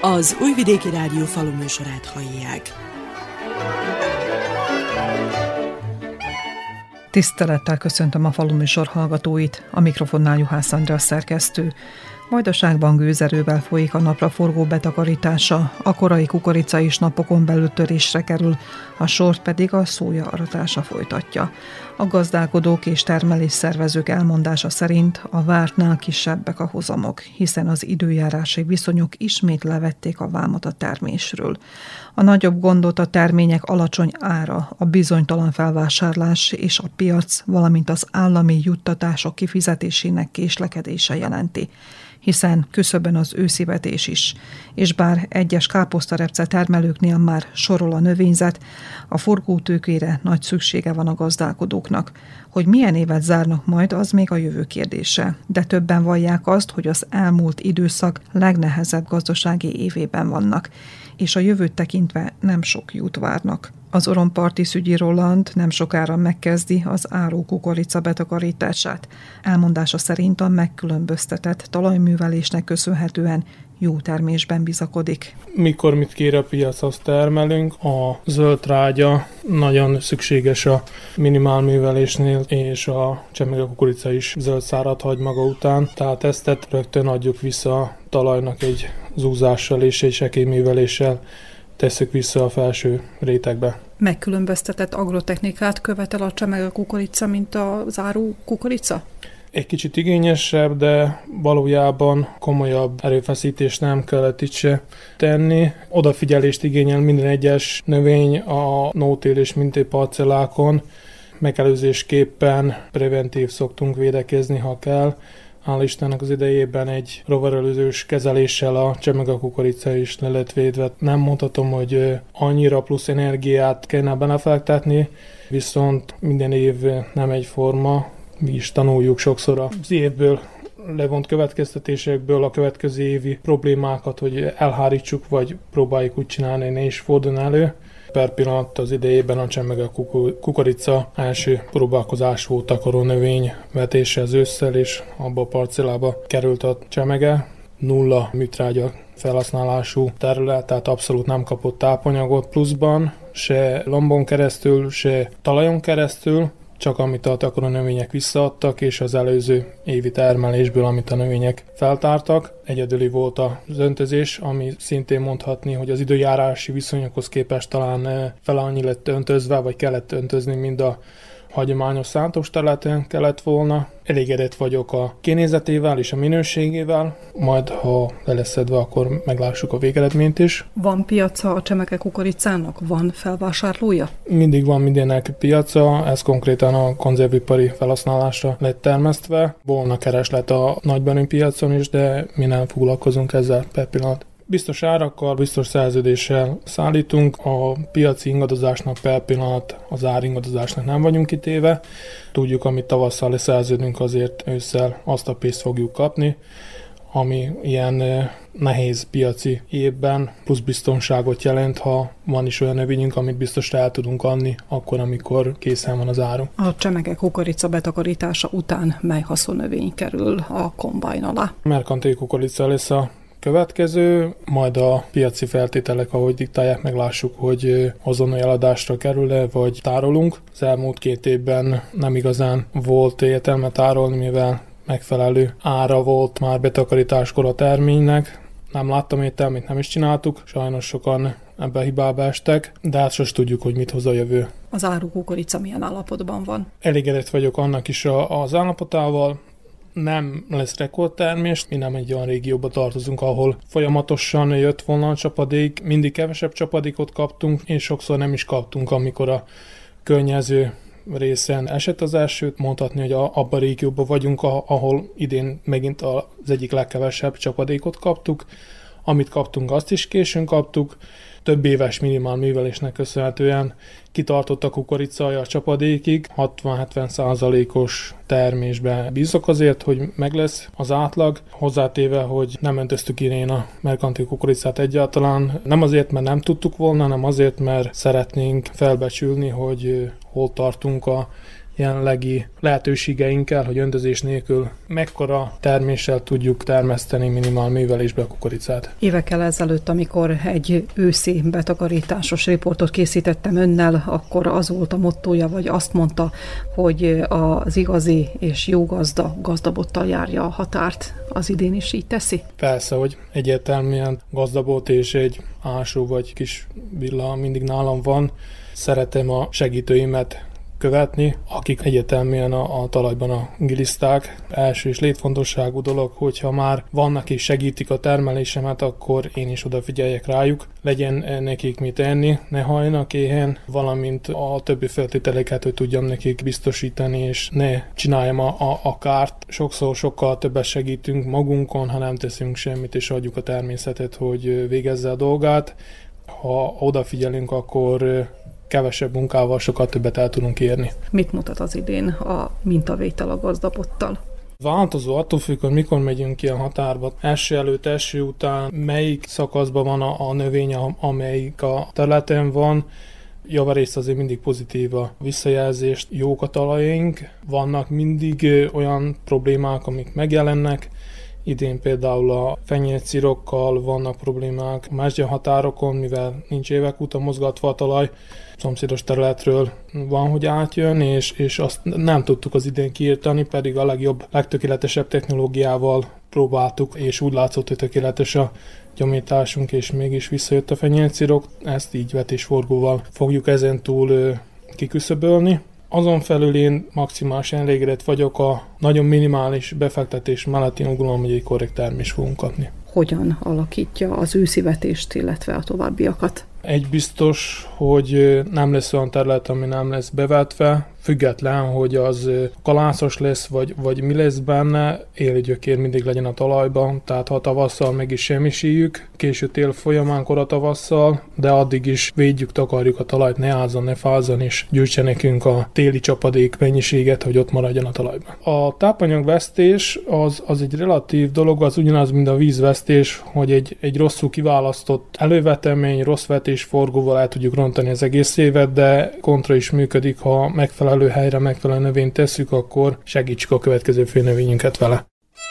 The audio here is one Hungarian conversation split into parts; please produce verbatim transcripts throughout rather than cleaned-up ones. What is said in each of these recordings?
Az Újvidéki Rádió faluműsorát hallják. Tisztelettel köszöntöm a faluműsor hallgatóit, a mikrofonnál Juhász Andrea szerkesztő. Vajdaságban gőzerővel folyik a napraforgó betakarítása, a korai kukorica is napokon belül törésre kerül, a sort pedig a szója aratása folytatja. A gazdálkodók és termelésszervezők elmondása szerint a vártnál kisebbek a hozamok, hiszen az időjárási viszonyok ismét levették a vámot a termésről. A nagyobb gondot a termények alacsony ára, a bizonytalan felvásárlás és a piac, valamint az állami juttatások kifizetésének késlekedése jelenti, hiszen küszöbön az őszivetés is, és bár egyes káposztarepce termelőknél már sorol a növényzet, a forgótőkére nagy szüksége van a gazdálkodóknak. Hogy milyen évet zárnak majd, az még a jövő kérdése, de többen vallják azt, hogy az elmúlt időszak legnehezebb gazdasági évében vannak, és a jövőt tekintve nem sok jót várnak. Az oromparti Szügyi Roland nem sokára megkezdi az áró kukorica betakarítását. Elmondása szerint a megkülönböztetett talajművelésnek köszönhetően jó termésben bizakodik. Mikor mit kér a piac, azt termelünk. A zöld trágya nagyon szükséges a minimál művelésnél, és a csemege kukorica is zöld szárat hagy maga után. Tehát ezt rögtön adjuk vissza a talajnak egy zúzással és egy sekélyműveléssel. Tesszük vissza a felső rétegbe. Megkülönböztetett agrotechnikát követel a csemege kukorica, mint az áru kukorica? Egy kicsit igényesebb, de valójában komolyabb erőfeszítést nem kellett itt se tenni. Odafigyelést igényel minden egyes növény a no-till és minté parcellákon. Megelőzésképpen preventív szoktunk védekezni, ha kell. Hál' Istennek az idejében egy rovarelőzős kezeléssel a csemege kukorica is le lett védve. Nem mondhatom, hogy annyira plusz energiát kellene belefektetni, viszont minden év nem egyforma. Mi is tanuljuk sokszor az évből levont következtetésekből a következő évi problémákat, hogy elhárítsuk, vagy próbáljuk úgy csinálni, ne is forduljon elő. Per pillanat az idejében a csemege kukorica első próbálkozás volt takaró növény vetése az ősszel, és abba a parcellába került a csemege. Nulla műtrágya felhasználású terület, tehát abszolút nem kapott tápanyagot pluszban, se lombon keresztül, se talajon keresztül, csak amit a takaró növények visszaadtak, és az előző évi termelésből, amit a növények feltártak. Egyedüli volt az öntözés, ami szintén mondhatni, hogy az időjárási viszonyokhoz képest talán fel annyi lett öntözve, vagy kellett öntözni, mind a hagyományos szántós területen kellett volna. Elégedett vagyok a kinézetével és a minőségével, majd ha le lesz szedve, akkor meglássuk a végeredményt is. Van piaca a csemege kukoricának? Van felvásárlója? Mindig van mindennek piaca, ez konkrétan a konzervipari felhasználásra lett termesztve. Volna kereslet a nagybenű piacon is, de mi nem foglalkozunk ezzel per pillanat. Biztos árakkal, biztos szerződéssel szállítunk, a piaci ingadozásnak per pillanat, az áringadozásnak nem vagyunk kitéve. Tudjuk, amit tavasszal leszerződünk, azért ősszel azt a pénzt fogjuk kapni, ami ilyen nehéz piaci évben plusz biztonságot jelent, ha van is olyan növényünk, amit biztos el tudunk adni, akkor, amikor készen van az áru. A csemege kukorica betakarítása után mely haszonnövény kerül a kombájn alá? Merkantil kukorica lesz a következő, majd a piaci feltételek, ahogy diktálják, meglássuk, hogy azonnal eladásra kerül-e, vagy tárolunk. Az elmúlt két évben nem igazán volt értelme tárolni, mivel megfelelő ára volt már betakarításkor a terménynek. Nem láttam értelmét, nem is csináltuk, sajnos sokan ebbe a hibába estek, de hát sosem tudjuk, hogy mit hoz a jövő. Az áru kukorica milyen állapotban van? Elégedett vagyok annak is a, az állapotával. Nem lesz rekordtermés, mi nem egy olyan régióba tartozunk, ahol folyamatosan jött volna a csapadék, mindig kevesebb csapadékot kaptunk, és sokszor nem is kaptunk, amikor a környező részen esett az esőt. Mondhatni, hogy a, abban a régióban vagyunk, ahol idén megint az egyik legkevesebb csapadékot kaptuk. Amit kaptunk, azt is későn kaptuk. Több éves minimál művelésnek köszönhetően kitartott a kukoricaja a csapadékig, hatvan-hetven százalékos termésbe bízok azért, hogy meg lesz az átlag, hozzátéve, hogy nem öntöztük idén a merkantil kukoricát egyáltalán, nem azért, mert nem tudtuk volna, hanem azért, mert szeretnénk felbecsülni, hogy hol tartunk a jelenlegi lehetőségeinkkel, hogy öntözés nélkül mekkora terméssel tudjuk termeszteni minimál művelésbe a kukoricát. Évekkel ezelőtt, amikor egy őszi betakarításos riportot készítettem önnel, akkor az volt a mottója, vagy azt mondta, hogy az igazi és jó gazda gazdabottal járja a határt. Az idén is így teszi? Persze, hogy egyértelműen gazdabot és egy ásó vagy kis villa mindig nálam van. Szeretem a segítőimet követni, akik egyeteműen a, a talajban a giliszták. Első és létfontosságú dolog, hogyha már vannak és segítik a termelésemet, akkor én is odafigyeljek rájuk. Legyen nekik mit enni, ne hajnak éhen, valamint a többi feltételeket, hogy tudjam nekik biztosítani, és ne csináljam a, a, a kárt. Sokszor sokkal többet segítünk magunkon, ha nem teszünk semmit, és adjuk a természetet, hogy végezze a dolgát. Ha odafigyelünk, akkor kevesebb munkával sokkal többet el tudunk érni. Mit mutat az idén a mintavétel a gazdabottal? Változó, attól függ, hogy mikor megyünk ki a határba. Eső előtt, eső után, melyik szakaszban van a, a növény, amelyik a területen van. Javarészt azért mindig pozitív a visszajelzést, jók a talajaink. Vannak mindig olyan problémák, amik megjelennek. Idén például a fenyőcirokkal vannak problémák másgya határokon, mivel nincs évek óta mozgatva a talaj, szomszédos területről van, hogy átjön, és, és azt nem tudtuk az idén kiírtani, pedig a legjobb, legtökéletesebb technológiával próbáltuk, és úgy látszott, hogy tökéletes a gyomításunk, és mégis visszajött a fenyőcirok. Ezt így vetésforgóval fogjuk ezen túl kiküszöbölni. Azon felül én maximálisan elégedett vagyok, a nagyon minimális befektetés mellett én gondolom, hogy egy korrekt termést fogunk kapni. Hogyan alakítja az őszivetést, illetve a továbbiakat? Egy biztos, hogy nem lesz olyan terület, ami nem lesz bevetve, független, hogy az kalászos lesz, vagy, vagy mi lesz benne, éli gyökér mindig legyen a talajban, tehát ha tavasszal meg is semmisíjük, késő tél folyamán kora tavasszal, de addig is védjük, takarjuk a talajt, ne ázzon, ne fázzon, és gyűjtse nekünk a téli csapadék mennyiséget, hogy ott maradjon a talajban. A tápanyagvesztés az, az egy relatív dolog, az ugyanaz, mint a vízvesztés, hogy egy, egy rosszul kiválasztott elővetemény, rossz vetésforgóval el tudjuk rontani az egész évet, de kontra is működik, ha megfelelő helyre megfelelő növényt tesszük, akkor segítsük a következő főnövényünket vele.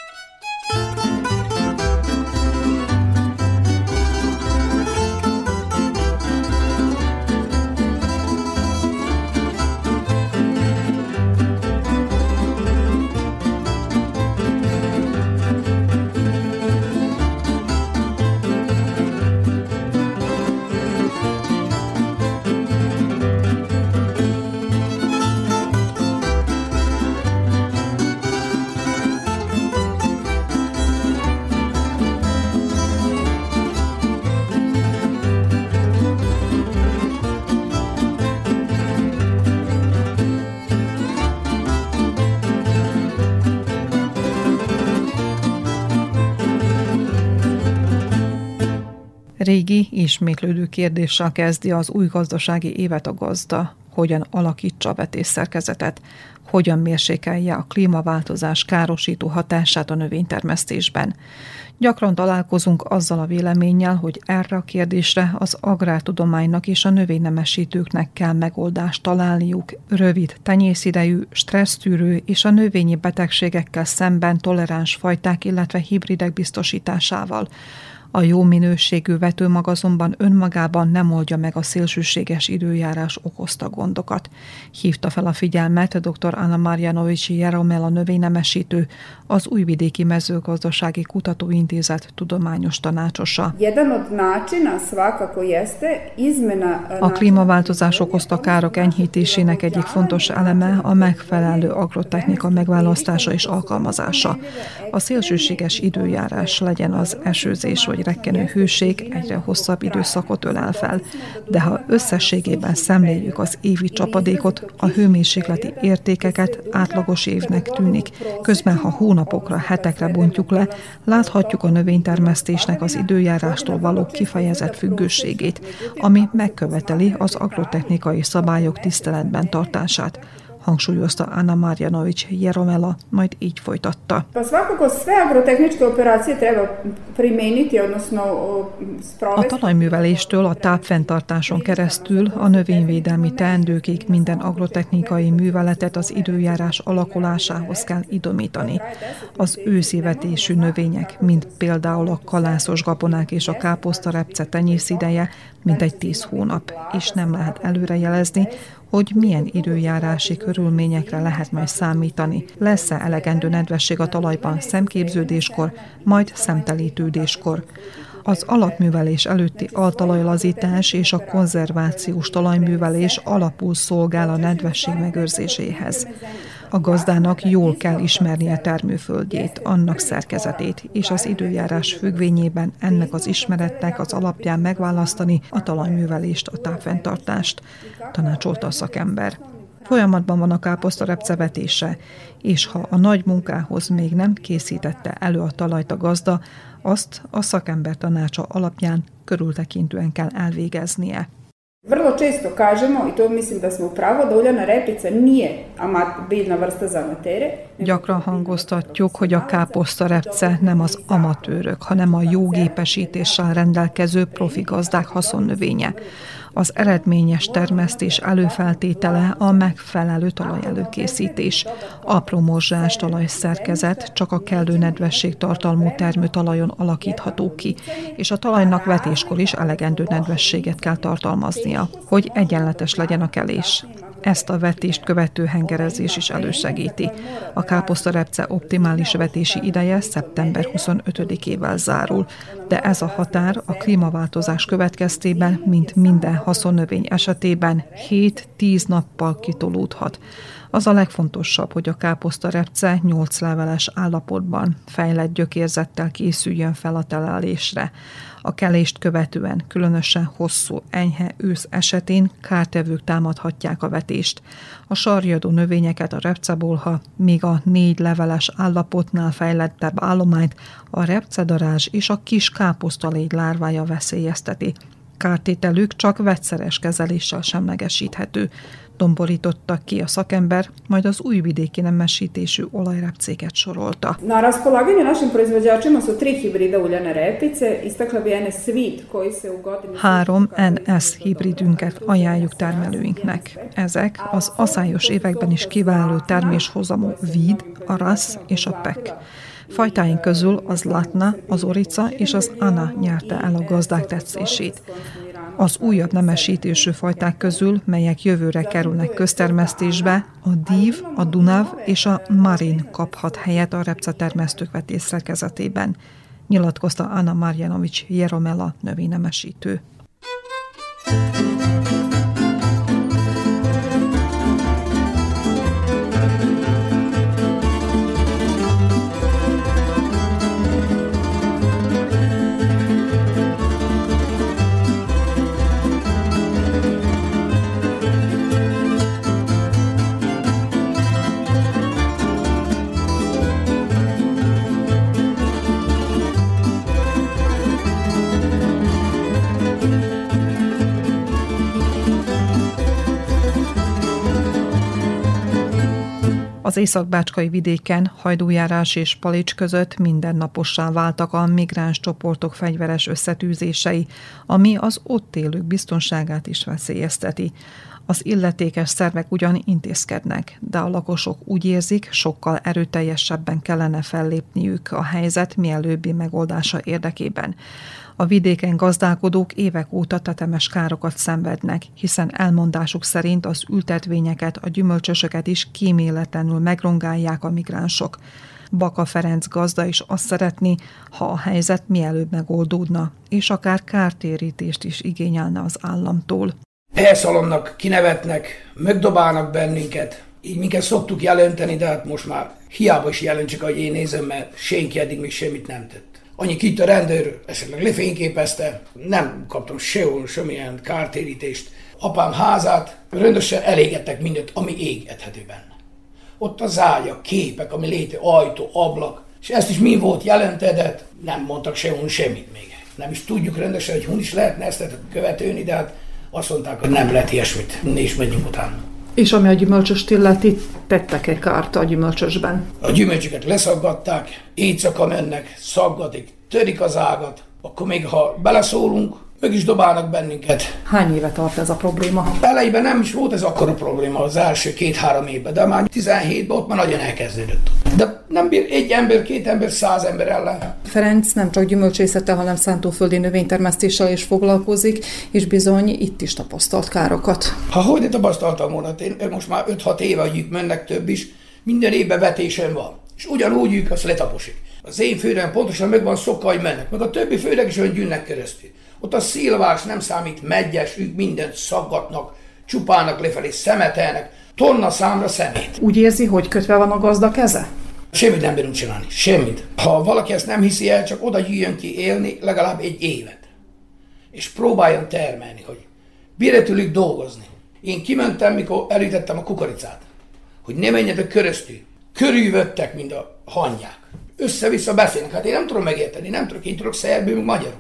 Régi, ismétlődő kérdéssel kezdi az új gazdasági évet a gazda. Hogyan alakítsa a vetésszerkezetet, hogyan mérsékelje a klímaváltozás károsító hatását a növénytermesztésben. Gyakran találkozunk azzal a véleménnyel, hogy erre a kérdésre az agrártudománynak és a növénynemesítőknek kell megoldást találniuk. Rövid tenyészidejű, stressztűrő és a növényi betegségekkel szemben toleráns fajták, illetve hibridek biztosításával. A jó minőségű vetőmag azonban önmagában nem oldja meg a szélsőséges időjárás okozta gondokat. Hívta fel a figyelmet dr. Anna Marjanovici Jaromel, a növénynemesítő, az Újvidéki Mezőgazdasági Kutatóintézet tudományos tanácsosa. A klímaváltozás okozta károk enyhítésének egyik fontos eleme a megfelelő agrotechnika megválasztása és alkalmazása. A szélsőséges időjárás, legyen az esőzés vagy rekkenő hőség, egyre hosszabb időszakot ölel fel, de ha összességében szemléljük az évi csapadékot, a hőmérsékleti értékeket átlagos évnek tűnik, közben ha hónapokra, hetekre bontjuk le, láthatjuk a növénytermesztésnek az időjárástól való kifejezett függőségét, ami megköveteli az agrotechnikai szabályok tiszteletben tartását. hangsúlyozta Anna Marjanović Jeromela, majd így folytatta. A talajműveléstől a tápfenntartáson keresztül a növényvédelmi teendőkig minden agrotechnikai műveletet az időjárás alakulásához kell idomítani. Az őszivetésű növények, mint például a kalászos gabonák és a káposztarepce tenyészideje, mintegy tíz hónap, és nem lehet előrejelezni, hogy milyen időjárási körülményekre lehet majd számítani. Lesz-e elegendő nedvesség a talajban szemképződéskor, majd szemtelítődéskor. Az alapművelés előtti altalajlazítás és a konzervációs talajművelés alapul szolgál a nedvesség megőrzéséhez. A gazdának jól kell ismernie termőföldjét, annak szerkezetét, és az időjárás függvényében ennek az ismeretnek az alapján megválasztani a talajművelést, a tápfenntartást, tanácsolta a szakember. Folyamatban van a káposztarepce vetése, és ha a nagy munkához még nem készítette elő a talajt a gazda, azt a szakember tanácsa alapján körültekintően kell elvégeznie. Vrlo često kažemo, i to mislim da smo u pravu, da uljana repica nije amat, biljna vrsta za amatere. Gyakran hangoztatjuk, hogy a káposztarepce nem az amatőrök, hanem a jó gépesítéssel rendelkező profi gazdák haszonnövénye. Az eredményes termesztés előfeltétele a megfelelő talajelőkészítés. Apró morzsás talajszerkezet csak a kellő nedvesség tartalmú termőtalajon alakítható ki, és a talajnak vetéskor is elegendő nedvességet kell tartalmaznia, hogy egyenletes legyen a kelés. Ezt a vetést követő hengerezés is elősegíti. A káposztarepce optimális vetési ideje szeptember huszonötödikével zárul, de ez a határ a klímaváltozás következtében, mint minden haszonnövény esetében hét-tíz nappal kitolódhat. Az a legfontosabb, hogy a káposztarepce nyolc leveles állapotban, fejlett gyökérzettel készüljön fel a telelésre. A kelést követően, különösen hosszú, enyhe ősz esetén kártevők támadhatják a vetést. A sarjadó növényeket, a repcebolha, míg a négy leveles állapotnál fejlettebb állományt a repcedarázs és a kis káposztalégy lárvája veszélyezteti. Kártételük csak vegyszeres kezeléssel semlegesíthető. Domborította ki a szakember, majd az újvidéki nemesítésű olajrepcéket sorolta. Na raspolaganju našim proizvođačima su tri hibrida uljane repice, istakla bi ene Sweet, koji se u godini... Három en es hibridünket ajánljuk termelőinknek. Ezek az aszályos években is kiváló terméshozamú Vid, a Ras és a Pek. Fajtáink közül az Latna, az Orica és az Ana nyerte el a gazdák tetszését. Az újabb nemesítésű fajták közül, melyek jövőre kerülnek köztermesztésbe, a Div, a Dunav és a Marin kaphat helyet a repcetermesztők vetésszerkezetében, nyilatkozta Anna Marjanović Jeromela növénynemesítő. Az északbácskai vidéken Hajdújárás és Palics között mindennapossá váltak a migráns csoportok fegyveres összetűzései, ami az ott élők biztonságát is veszélyezteti. Az illetékes szervek ugyan intézkednek, de a lakosok úgy érzik, sokkal erőteljesebben kellene fellépniük a helyzet mielőbbi megoldása érdekében. A vidéken gazdálkodók évek óta tetemes károkat szenvednek, hiszen elmondásuk szerint az ültetvényeket, a gyümölcsösöket is kíméletlenül megrongálják a migránsok. Baka Ferenc gazda is azt szeretné, ha a helyzet mielőbb megoldódna, és akár kártérítést is igényelne az államtól. Elszalonnak, kinevetnek, megdobálnak bennünket. Így minket szoktuk jelenteni, de hát most már hiába is jelentsük, ahogy én nézem, mert senki eddig még semmit nem tett. Annyi itt a rendőr, esetleg lefényképezte, nem kaptam sehol semmilyen kártérítést. Apám házát rendesen elégettek mindent, ami égethető benne. Ott az ágyak, képek, ami léte, ajtó, ablak, és ezt is mi volt jelentedett, nem mondtak sehol semmit még. Nem is tudjuk rendesen, hogy hon is lehetne ezt követőni, de hát azt mondták, hogy nem lehet ilyesmit, ne is menjünk utána. És ami a gyümölcsöst illeti, tettek-e kárt a gyümölcsösben? A gyümölcsöket leszaggatták, éjszaka mennek, szaggatik, törik az ágat, akkor még ha beleszólunk, meg is dobálnak bennünket. Hány éve tart ez a probléma? Elejében nem is volt ez akkora probléma az első két-három évben, de már tizenhétben ott már nagyon elkezdődött. De nem bír egy ember, két ember, száz ember ellen. Ferenc nem csak gyümölcsészettel, hanem szántóföldi növénytermesztéssel is foglalkozik, és bizony itt is tapasztalt károkat. Ha hogy tapasztaltam volna, én most már öt-hat éve, hogy mennek több is, minden évben vetésem van. És ugyanúgy ők azt letaposik. Az én földem pontosan meg van szokva, hogy mennek, meg a többi földek is olyan gyűnnek keresztül. Ott a szilvás nem számít, meggyes, ők mindent szaggatnak, csupának lefelé, szemetelnek, tonna számra szemét. Úgy érzi, hogy kötve van a gazda keze? Semmit nem bírunk csinálni, semmit. Ha valaki ezt nem hiszi el, csak oda jöjjön ki élni legalább egy évet. És próbáljon termelni, hogy bírja tőlük dolgozni. Én kimentem, mikor elütettem a kukoricát, hogy ne menjetek köröztül. Körülvöttek, mint a hangyák. Össze-vissza beszélnek. Hát én nem tudom megérteni, nem tudok, én tudok szerbül, meg magyarul.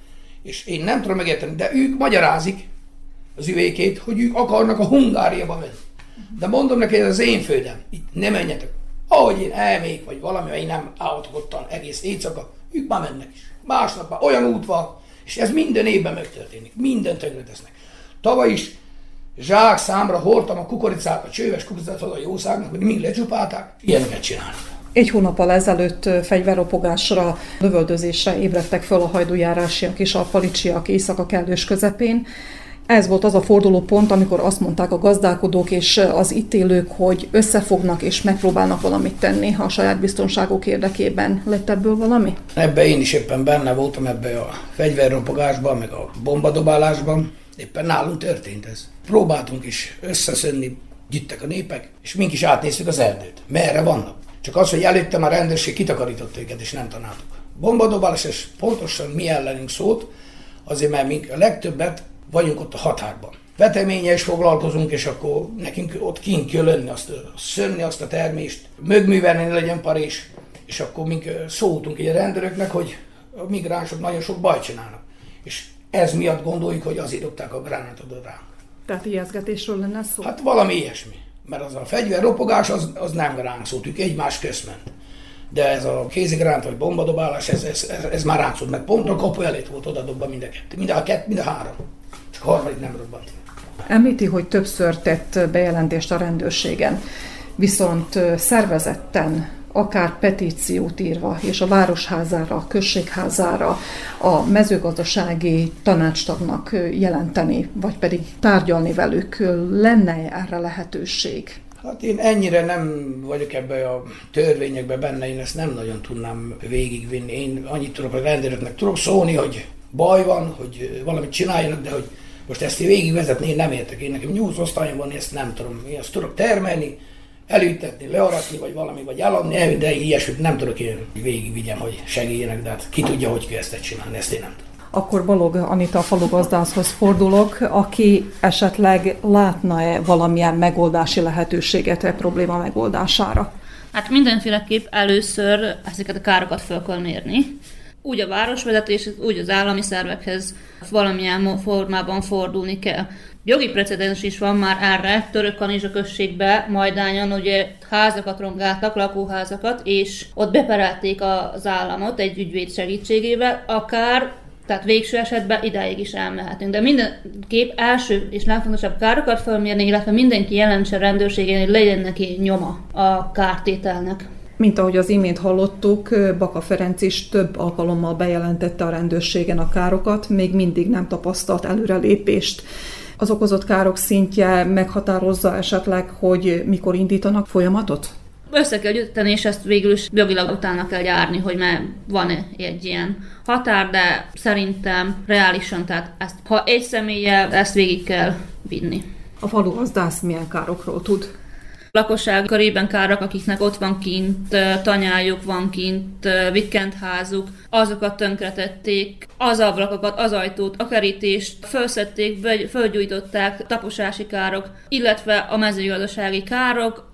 És én nem tudom megérteni, de ők magyarázik az üvékét, hogy ők akarnak a Hungáriába menni. De mondom neki, ez az én földem, itt ne menjetek. Ahogy én elmék, vagy valami, vagy én nem állhatok ottan egész éjszaka, ők már mennek is. Másnap már olyan út van, és ez minden évben megtörténik. Minden tönkretesznek. Tavaly is zsák számra hordtam a kukoricát, a csőves kukoricát a jószágnak, meg mind lecsupálták, ilyeneket csinálnak. Egy hónappal ezelőtt fegyverropogásra, lövöldözésre ébredtek föl a hajdújárásiak és a palicsiak éjszaka kellős közepén. Ez volt az a fordulópont, amikor azt mondták a gazdálkodók és az itt élők, hogy összefognak és megpróbálnak valamit tenni a saját biztonságok érdekében. Lett ebből valami? Ebben én is éppen benne voltam, ebben a fegyverropogásban, meg a bombadobálásban. Éppen nálunk történt ez. Próbáltunk is összeszönni, gyűjtek a népek, és mink is átnéztük az erdőt. Merre vannak? Csak az, hogy előttem a rendőrség kitakarított őket, és nem tanáltuk. Bombadobálás, és pontosan mi ellenünk szólt, azért mert mink a legtöbbet vagyunk ott a határban. Veteménye is foglalkozunk, és akkor nekünk ott kint kell lenni, azt, szönni azt a termést, mögművelni, ne legyen parés, és akkor mink szóltunk így a rendőröknek, hogy a migránsok nagyon sok bajt csinálnak. És ez miatt gondoljuk, hogy azért dobták a gránátot ránk. Tehát ijesztgetésről lenne szó? Hát valami ilyesmi. Mert az a fegyverropogás, az, az nem ránk szólt, ők egymás közt ment. De ez a kézigránát vagy bombadobálás, ez, ez, ez, ez már ránk szólt, mert pont a kapu elét volt odadobva mind a kettő, mind a, kett, mind a három. Csak a harmadik nem robbant. Említi, hogy többször tett bejelentést a rendőrségen, viszont szervezetten, akár petíciót írva, és a városházára, a községházára, a mezőgazdasági tanácstagnak jelenteni, vagy pedig tárgyalni velük, lenne erre lehetőség? Hát én ennyire nem vagyok ebben a törvényekben benne, én ezt nem nagyon tudnám végigvinni. Én annyit tudok a rendőröknek tudok szólni, hogy baj van, hogy valamit csináljanak, de hogy most ezt én végigvezetni, én nem értek. Én nekem nyolc osztályom van, ezt nem tudom. Én azt tudok termelni, elültetni, learatni, vagy valami, vagy eladni, de ilyesmit nem tudok én végigvigyem, hogy segítjenek, de hát ki tudja, hogy kell ezt csinálni, ezt én nem tudom. Akkor Balog Anita, a falugazdászhoz fordulok, aki esetleg látna-e valamilyen megoldási lehetőséget a probléma megoldására? Hát mindenféleképp először ezeket a károkat fel kell mérni. Úgy a városvezetés, úgy az állami szervekhez valamilyen formában fordulni kell. Jogi precedens is van már erre, Törökkanizsa községbe, Majdányon ugye házakat rongáltak, lakóházakat, és ott beperelték az államot egy ügyvéd segítségével, akár, tehát végső esetben idáig is elmehetünk. De mindenképp első és legfontosabb károkat felmérni, illetve mindenki jelentse rendőrségén, hogy legyen neki nyoma a kártételnek. Mint ahogy az imént hallottuk, Baka Ferenc is több alkalommal bejelentette a rendőrségen a károkat, még mindig nem tapasztalt előrelépést. Az okozott károk szintje meghatározza esetleg, hogy mikor indítanak folyamatot? Össze kell gyűjteni, és ezt végül is jogilag utána kell járni, hogy már van egy ilyen határ, de szerintem reálisan, tehát ezt, ha egy személlyel, ezt végig kell vinni. A falugazdász milyen károkról tud? Lakosság körében kárak, akiknek ott van kint, tanyájuk van kint, vikendházuk, azokat tönkretették, az ablakokat, az ajtót, a kerítést, felszették, fölgyújtották, taposási károk, illetve a mezőgazdasági károk,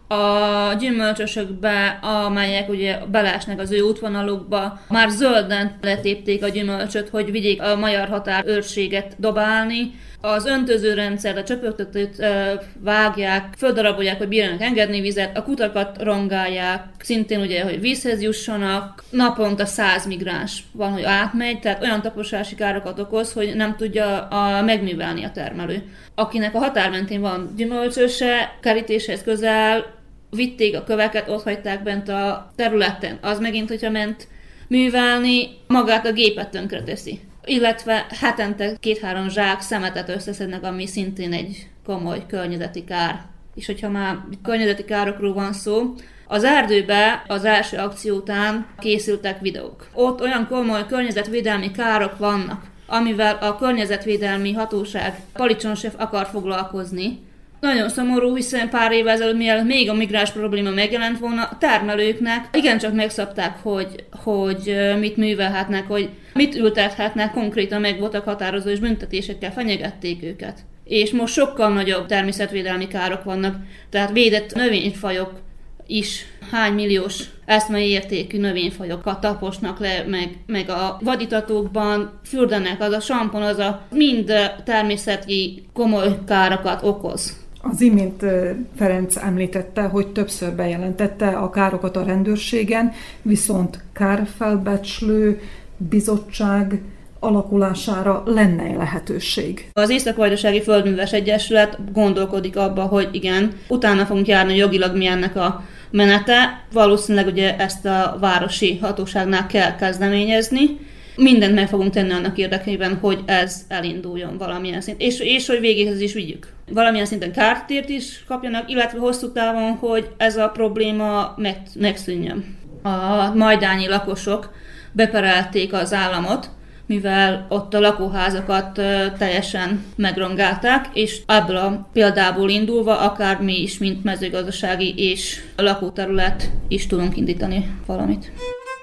A gyümölcsösökbe, amelyek ugye belesnek az ő útvonalukba, már zölden letépték a gyümölcsöt, hogy vigyék a magyar határőrséget dobálni. Az öntözőrendszer, a csöpögtetőt vágják, földarabolják, hogy bírjanak engedni vizet, a kutakat rongálják, szintén ugye, hogy vízhez jussanak. Naponta száz migráns van, hogy átmegy, tehát olyan taposási károkat okoz, hogy nem tudja a, megművelni a termelő. Akinek a határ mentén van gyümölcsöse, kerítéshez közel, vitték a köveket, ott hagyták bent a területen. Az megint, hogyha ment művelni, magát a gépet tönkreteszi. Illetve hetente két-három zsák szemetet összeszednek, ami szintén egy komoly környezeti kár. És hogyha már környezeti károkról van szó, az erdőbe az első akció után készültek videók. Ott olyan komoly környezetvédelmi károk vannak, amivel a környezetvédelmi hatóság palicson sem akar foglalkozni. Nagyon szomorú, hiszen pár évvel ezelőtt, mielőtt még a migráns probléma megjelent volna, a termelőknek igencsak megszabták, hogy, hogy mit művelhetnek, hogy mit ültethetnek, konkrétan meg voltak határozó és büntetésekkel fenyegették őket. És most sokkal nagyobb természetvédelmi károk vannak, tehát védett növényfajok is hány milliós eszmei értékű növényfajokat taposnak le, meg, meg a vaditatókban fürdenek, az a sampon, az a mind természeti komoly károkat okoz. Az imént Ferenc említette, hogy többször bejelentette a károkat a rendőrségen, viszont kárfelbecslő bizottság alakulására lenne lehetőség. Az Észak-Vajdasági Földműves Egyesület gondolkodik abba, hogy igen, utána fogunk járni jogilag mi ennek a menete. Valószínűleg ugye ezt a városi hatóságnál kell kezdeményezni. Mindent meg fogunk tenni annak érdekében, hogy ez elinduljon valamilyen szinten, és, és hogy végighez is vigyük. Valamilyen szinten kártért is kapjanak, illetve hosszú távon, hogy ez a probléma meg, megszűnjön. A majdányi lakosok beperelték az államot, mivel ott a lakóházakat teljesen megrongálták, és ebből a példából indulva akár mi is, mint mezőgazdasági és lakóterület is tudunk indítani valamit.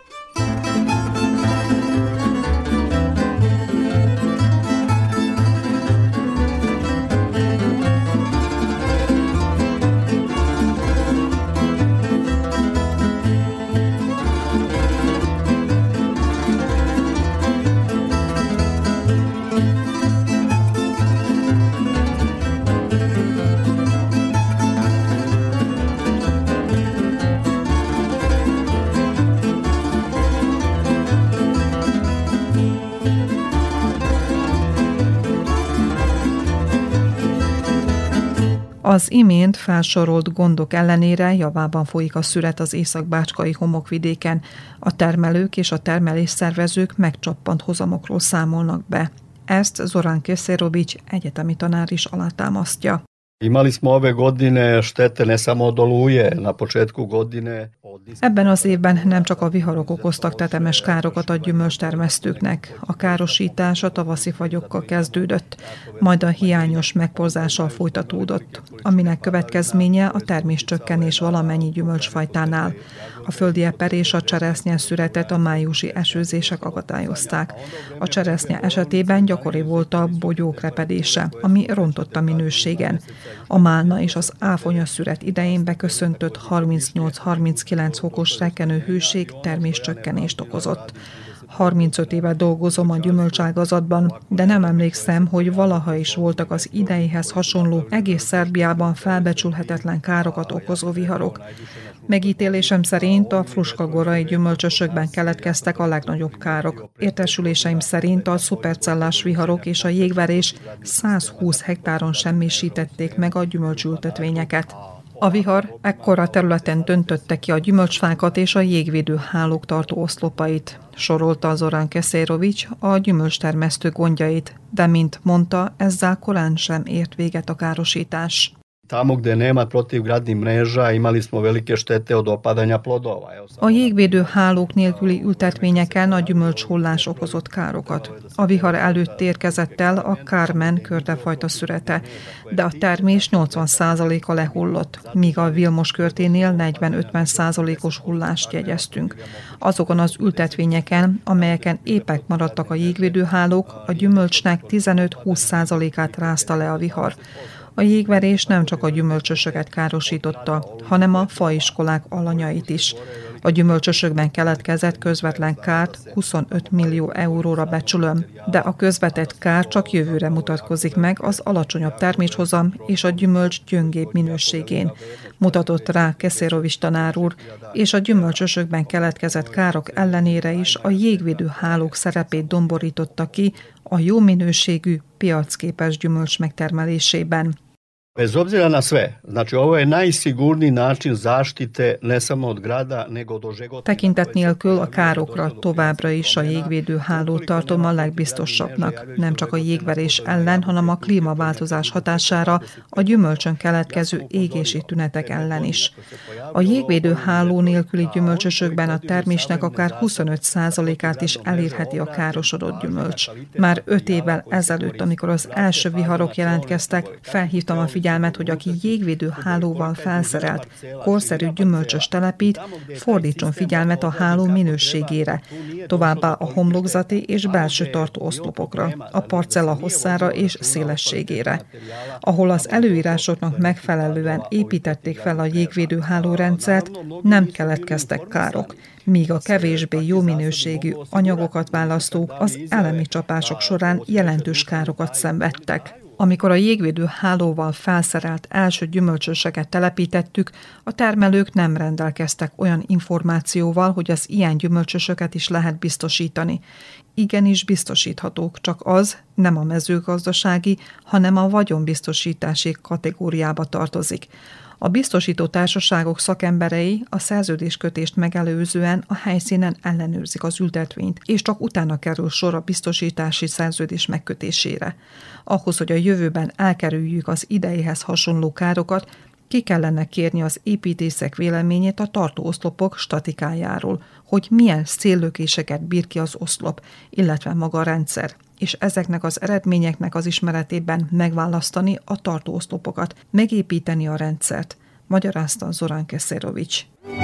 Az imént felsorolt gondok ellenére javában folyik a szüret az észak-bácskai homokvidéken. A termelők és a termelésszervezők megcsappant hozamokról számolnak be. Ezt Zoran Keserović egyetemi tanár is alátámasztja. Imali smo ove godine štete ne samo od oluje na početku godine. Ebben az évben nem csak a viharok okoztak tetemes károkat a gyümölcstermesztőknek. A károsítás a tavaszi fagyokkal kezdődött, majd a hiányos megporzással folytatódott, aminek következménye a terméscsökkenés valamennyi gyümölcsfajtánál. A földi eper és a cseresznye szüretet a májusi esőzések akadályozták. A cseresznye esetében gyakori volt a bogyók repedése, ami rontott a minőségen. A málna és az áfonya szüret idején beköszöntött harmincnyolc-harminckilenc fokos rekkenő hőség terméscsökkenést okozott. harmincöt éve dolgozom a gyümölcságazatban, de nem emlékszem, hogy valaha is voltak az ideihez hasonló, egész Szerbiában felbecsülhetetlen károkat okozó viharok. Megítélésem szerint a fruskagorai gyümölcsösökben keletkeztek a legnagyobb károk. Értesüléseim szerint a szupercellás viharok és a jégverés százhúsz hektáron semmisítették meg a gyümölcsültetvényeket. A vihar ekkora területen döntötte ki a gyümölcsfákat és a jégvédő hálók tartó oszlopait. Sorolta Zoran Keserović a gyümölcstermesztő gondjait, de mint mondta, ezzel korán sem ért véget a károsítás. Tamo gde nema protivgradnih mreža imali smo velike štete od opadanja plodova. A jégvédő hálók nélküli ültetvényeken a gyümölcshullás okozott károkat. A vihar előtt érkezett el a Carmen kördefajta szürete, de a termés nyolcvan százaléka lehullott, míg a Vilmos körténél negyven-ötven százalékos hullást jegyeztünk. Azokon az ültetvényeken, amelyeken épek maradtak a jégvédő hálók, a gyümölcsnek tizenöt-húsz százalékát rázta le a vihar. A jégverés nem csak a gyümölcsösöket károsította, hanem a faiskolák alanyait is. A gyümölcsösökben keletkezett közvetlen kárt huszonöt millió euróra becsülöm, de a közvetett kár csak jövőre mutatkozik meg az alacsonyabb terméshozam és a gyümölcs gyöngébb minőségén, mutatott rá Keserovics tanár úr, és a gyümölcsösökben keletkezett károk ellenére is a jégvédő hálók szerepét domborította ki a jó minőségű, piacképes gyümölcs megtermelésében. Bez obzira na sve, znači ovo je najsigurniji način zaštite ne samo od grada, nego od Ožegotina. Tekintet nélkül a károkra továbbra is a jégvédő hálót tartom a legbiztosabbnak, nem csak a jégverés ellen, hanem a klímaváltozás hatására a gyümölcsön keletkező égési tünetek ellen is. A jégvédő háló nélküli gyümölcsösökben a termésnek akár huszonöt százalékát is elérheti a károsodott gyümölcs. Már öt évvel ezelőtt, amikor az első viharok jelentkeztek, felhívtam a figyelmet, hogy aki jégvédő hálóval felszerelt, korszerű gyümölcsös telepít, fordítson figyelmet a háló minőségére, továbbá a homlokzati és belső tartó oszlopokra, a parcella hosszára és szélességére. Ahol az előírásoknak megfelelően építették fel a jégvédő hálórendszert, nem keletkeztek károk, míg a kevésbé jó minőségű anyagokat választók az elemi csapások során jelentős károkat szenvedtek. Amikor a jégvédő hálóval felszerelt első gyümölcsöseket telepítettük, a termelők nem rendelkeztek olyan információval, hogy az ilyen gyümölcsösöket is lehet biztosítani. Igenis biztosíthatók, csak az nem a mezőgazdasági, hanem a vagyonbiztosítási kategóriába tartozik. A biztosító társaságok szakemberei a szerződéskötést megelőzően a helyszínen ellenőrzik az ültetvényt, és csak utána kerül sor a biztosítási szerződés megkötésére. Ahhoz, hogy a jövőben elkerüljük az idejéhez hasonló károkat, ki kellene kérni az építészek véleményét a tartóoszlopok statikájáról, hogy milyen széllökéseket bír ki az oszlop, illetve maga a rendszer, és ezeknek az eredményeknek az ismeretében megválasztani a tartóoszlopokat, megépíteni a rendszert, magyarázta Zoran Keserovics.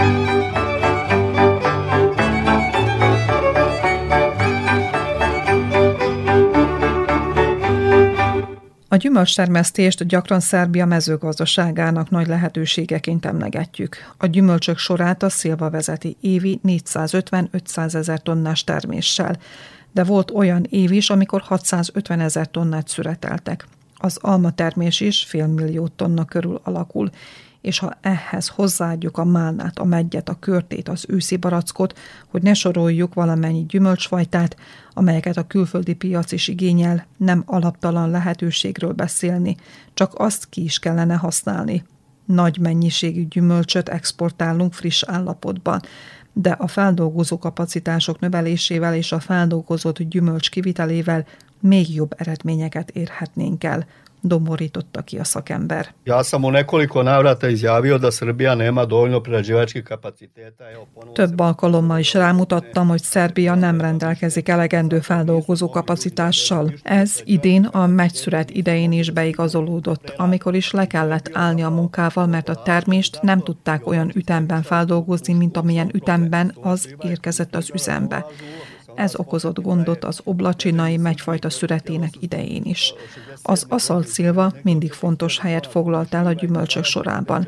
A gyümölcstermesztést gyakran Szerbia mezőgazdaságának nagy lehetőségeként emlegetjük. A gyümölcsök sorát a Szilva vezeti évi négyszázötven-ötszáz ezer tonnás terméssel, de volt olyan év is, amikor hatszázötven ezer tonnát szüreteltek. Az almatermés is félmillió tonna körül alakul, és ha ehhez hozzáadjuk a málnát, a meggyet, a körtét, az őszi barackot, hogy ne soroljuk valamennyi gyümölcsfajtát, amelyeket a külföldi piac is igényel, nem alaptalan lehetőségről beszélni, csak azt ki is kellene használni. Nagy mennyiségű gyümölcsöt exportálunk friss állapotban, de a feldolgozó kapacitások növelésével és a feldolgozott gyümölcs kivitelével még jobb eredményeket érhetnénk el, domborította ki a szakember. Ja sam u nekoliko navrata izjavio da Srbija nema dovoljno prerađivačkih kapaciteta. Több alkalommal is rámutattam, hogy Szerbia nem rendelkezik elegendő feldolgozó kapacitással. Ez idén a megyszüret idején is beigazolódott, amikor is le kellett állni a munkával, mert a termést nem tudták olyan ütemben feldolgozni, mint amilyen ütemben az érkezett az üzembe. Ez okozott gondot az oblacsinai megyfajta szüretének idején is. Az aszalt szilva mindig fontos helyet foglalt el a gyümölcsök sorában.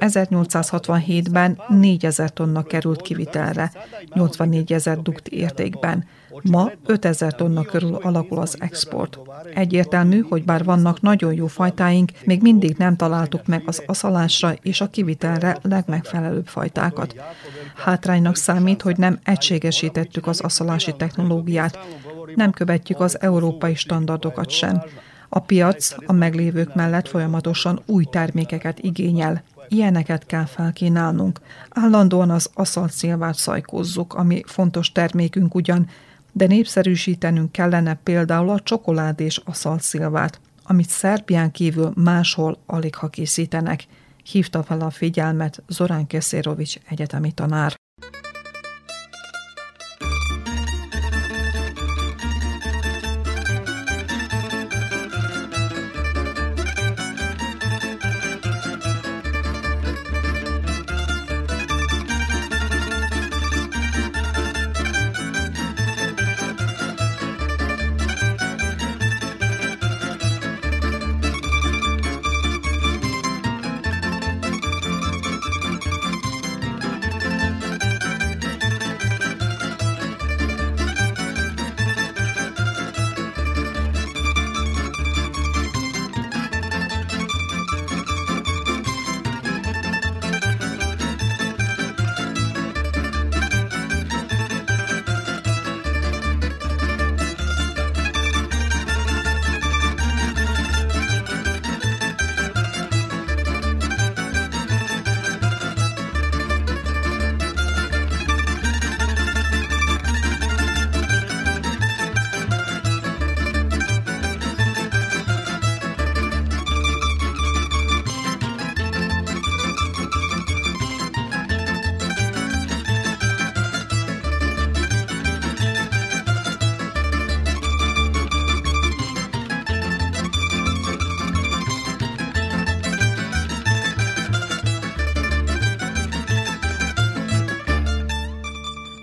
ezernyolcszázhatvanhétben négyezer tonna került kivitelre, nyolcvannégy ezer dukt értékben. Ma ötezer tonna körül alakul az export. Egyértelmű, hogy bár vannak nagyon jó fajtáink, még mindig nem találtuk meg az aszalásra és a kivitelre legmegfelelőbb fajtákat. Hátránynak számít, hogy nem egységesítettük az aszalási technológiát, nem követjük az európai standardokat sem. A piac a meglévők mellett folyamatosan új termékeket igényel. Ilyeneket kell felkínálnunk. Állandóan az aszalt szilvát szajkózzuk, ami fontos termékünk ugyan, de népszerűsítenünk kellene például a csokoládés aszalt szilvát, amit Szerbián kívül máshol aligha készítenek, hívta fel a figyelmet Zoran Keserovics egyetemi tanár.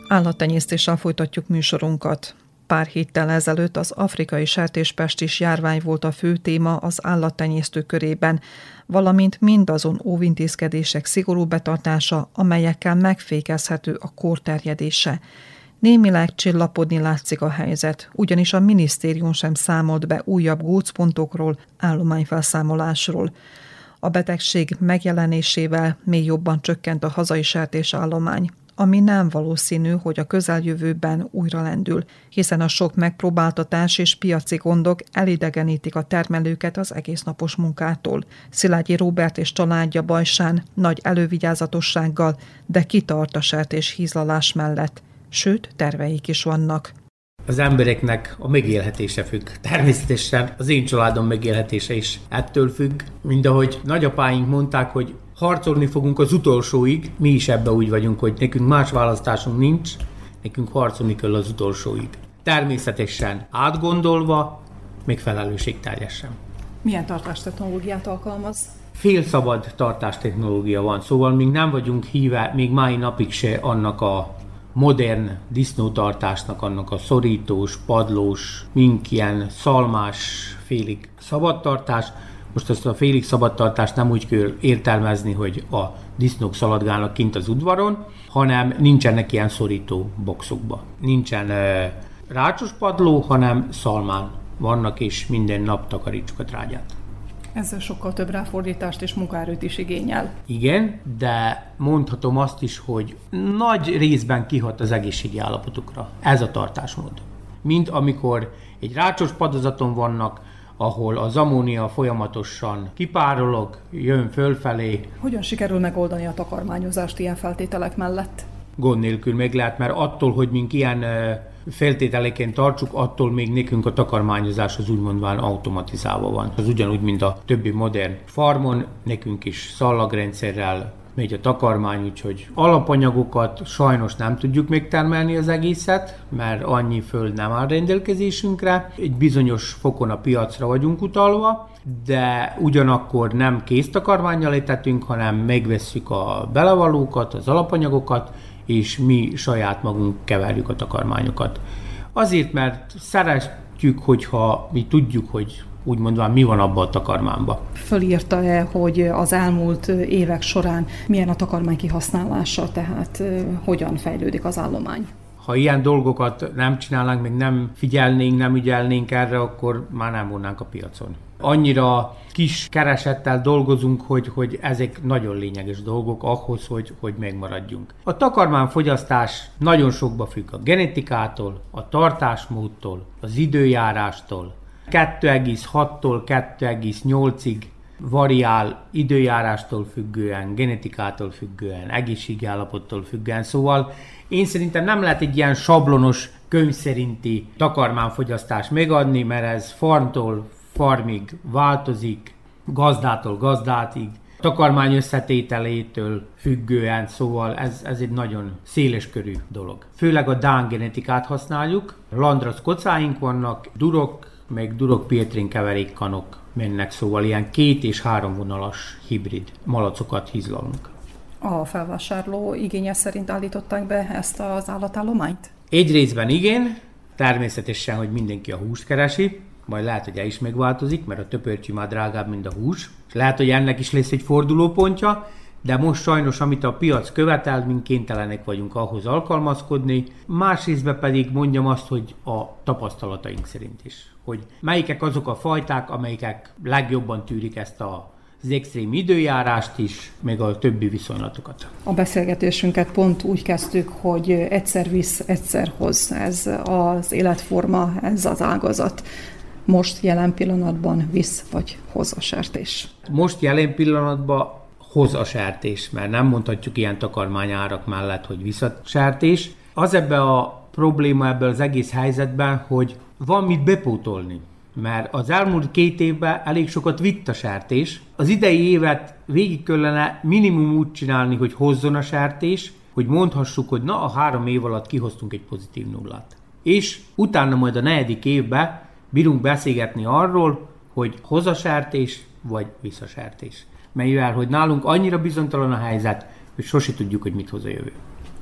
Állattenyésztéssel folytatjuk műsorunkat. Pár héttel ezelőtt az afrikai sertéspestis járvány volt a fő téma az állattenyésztők körében, valamint mindazon óvintézkedések szigorú betartása, amelyekkel megfékezhető a kór terjedése. Némileg csillapodni látszik a helyzet, ugyanis a minisztérium sem számolt be újabb gócpontokról, állományfelszámolásról. A betegség megjelenésével még jobban csökkent a hazai sertésállomány, ami nem valószínű, hogy a közeljövőben újra lendül, hiszen a sok megpróbáltatás és piaci gondok elidegenítik a termelőket az egésznapos munkától. Szilágyi Róbert és családja Bajsán nagy elővigyázatossággal, de kitart a sertés hízlalás mellett, sőt, terveik is vannak. Az embereknek a megélhetése függ. Természetesen az én családom megélhetése is ettől függ. Mindahogy nagyapáink mondták, hogy harcolni fogunk az utolsóig, mi is ebbe úgy vagyunk, hogy nekünk más választásunk nincs, nekünk harcolni kell az utolsóig. Természetesen átgondolva, még felelősségteljesen. Milyen tartástechnológiát alkalmaz? Félszabad tartástechnológia van, szóval még nem vagyunk híve, még mai napig se annak a modern disznótartásnak, annak a szorítós, padlós, mink ilyen szalmás félig szabadtartás. Most azt a félig szabadtartást nem úgy kell értelmezni, hogy a disznók szaladgálnak kint az udvaron, hanem nincsenek ilyen szorító boxokba. Nincsen e, rácsos padló, hanem szalmán vannak, és minden nap takarítsuk a trágyát. Ezzel sokkal több ráfordítást és munkaerőt is igényel. Igen, de mondhatom azt is, hogy nagy részben kihat az egészségi állapotukra ez a tartásmód. Mint amikor egy rácsos padozaton vannak, ahol az ammónia folyamatosan kipárolog, jön fölfelé. Hogyan sikerül megoldani a takarmányozást ilyen feltételek mellett? Gond nélkül meg lehet, mert attól, hogy mink ilyen feltételeken tartsuk, attól még nekünk a takarmányozás az úgymondván automatizálva van. Az ugyanúgy, mint a többi modern farmon, nekünk is szallagrendszerrel megy a takarmány, úgyhogy alapanyagokat sajnos nem tudjuk megtermelni az egészet, mert annyi föld nem áll rendelkezésünkre. Egy bizonyos fokon a piacra vagyunk utalva, de ugyanakkor nem kéztakarmánnyal etetünk, hanem megvesszük a belevalókat, az alapanyagokat, és mi saját magunk keverjük a takarmányokat. Azért, mert szeretjük, hogyha mi tudjuk, hogy úgymondván mi van abban a takarmányban. Fölírta-e, hogy az elmúlt évek során milyen a takarmány kihasználása, tehát hogyan fejlődik az állomány? Ha ilyen dolgokat nem csinálnánk, meg nem figyelnénk, nem ügyelnénk erre, akkor már nem volnánk a piacon. Annyira kis keresettel dolgozunk, hogy, hogy ezek nagyon lényeges dolgok ahhoz, hogy, hogy megmaradjunk. A takarmányfogyasztás nagyon sokba függ a genetikától, a tartásmódtól, az időjárástól. kettő egész hattól kettő egész nyolcig variál időjárástól függően, genetikától függően, egészségi állapottól függően. Szóval én szerintem nem lehet egy ilyen sablonos, könyv szerinti takarmányfogyasztást megadni, mert ez farmtól farmig változik, gazdától gazdátig, takarmány összetételétől függően, szóval ez, ez egy nagyon széleskörű dolog. Főleg a dán genetikát használjuk, landrasz kocáink vannak, durok, meg durok-pietrin keverékkanok mennek, szóval ilyen két és három vonalas hibrid malacokat hízlalunk. A felvásárló igénye szerint állították be ezt az állatállományt? Egy részben igen, természetesen, hogy mindenki a húst keresi, majd lehet, hogy el is megváltozik, mert a töpörtyű már drágább, mint a hús. És lehet, hogy ennek is lesz egy fordulópontja, de most sajnos, amit a piac követel, mint kénytelenek vagyunk ahhoz alkalmazkodni. Másrésztben pedig mondjam azt, hogy a tapasztalataink szerint is. Hogy melyikek azok a fajták, amelyek legjobban tűrik ezt a az extrém időjárást is, meg a többi viszonylatokat. A beszélgetésünket pont úgy kezdtük, hogy egyszer visz, egyszer hoz. Ez az életforma, ez az ágazat. Most jelen pillanatban visz vagy hoz a sertés? Most jelen pillanatban hoz a sertés, mert nem mondhatjuk ilyen takarmányárak mellett, hogy visz a sertés. Az ebbe a probléma ebből az egész helyzetben, hogy van mit bepótolni. Mert az elmúlt két évben elég sokat vitt a sertés. Az idei évet végig kellene minimum úgy csinálni, hogy hozzon a sertés, hogy mondhassuk, hogy na, a három év alatt kihoztunk egy pozitív nullát. És utána majd a negyedik évben bírunk beszélgetni arról, hogy hoz a sertés, vagy visz a sertés. Mivel, hogy nálunk annyira bizonytalan a helyzet, hogy sose tudjuk, hogy mit hoz a jövő.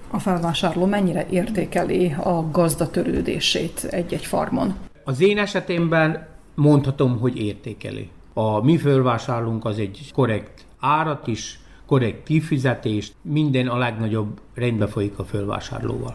A felvásárló mennyire értékeli a gazdatörődését egy-egy farmon? Az én esetemben mondhatom, hogy értékeli. A mi fölvásárlónk az egy korrekt árat is, korrekt kifizetést, minden a legnagyobb rendbe folyik a fölvásárlóval.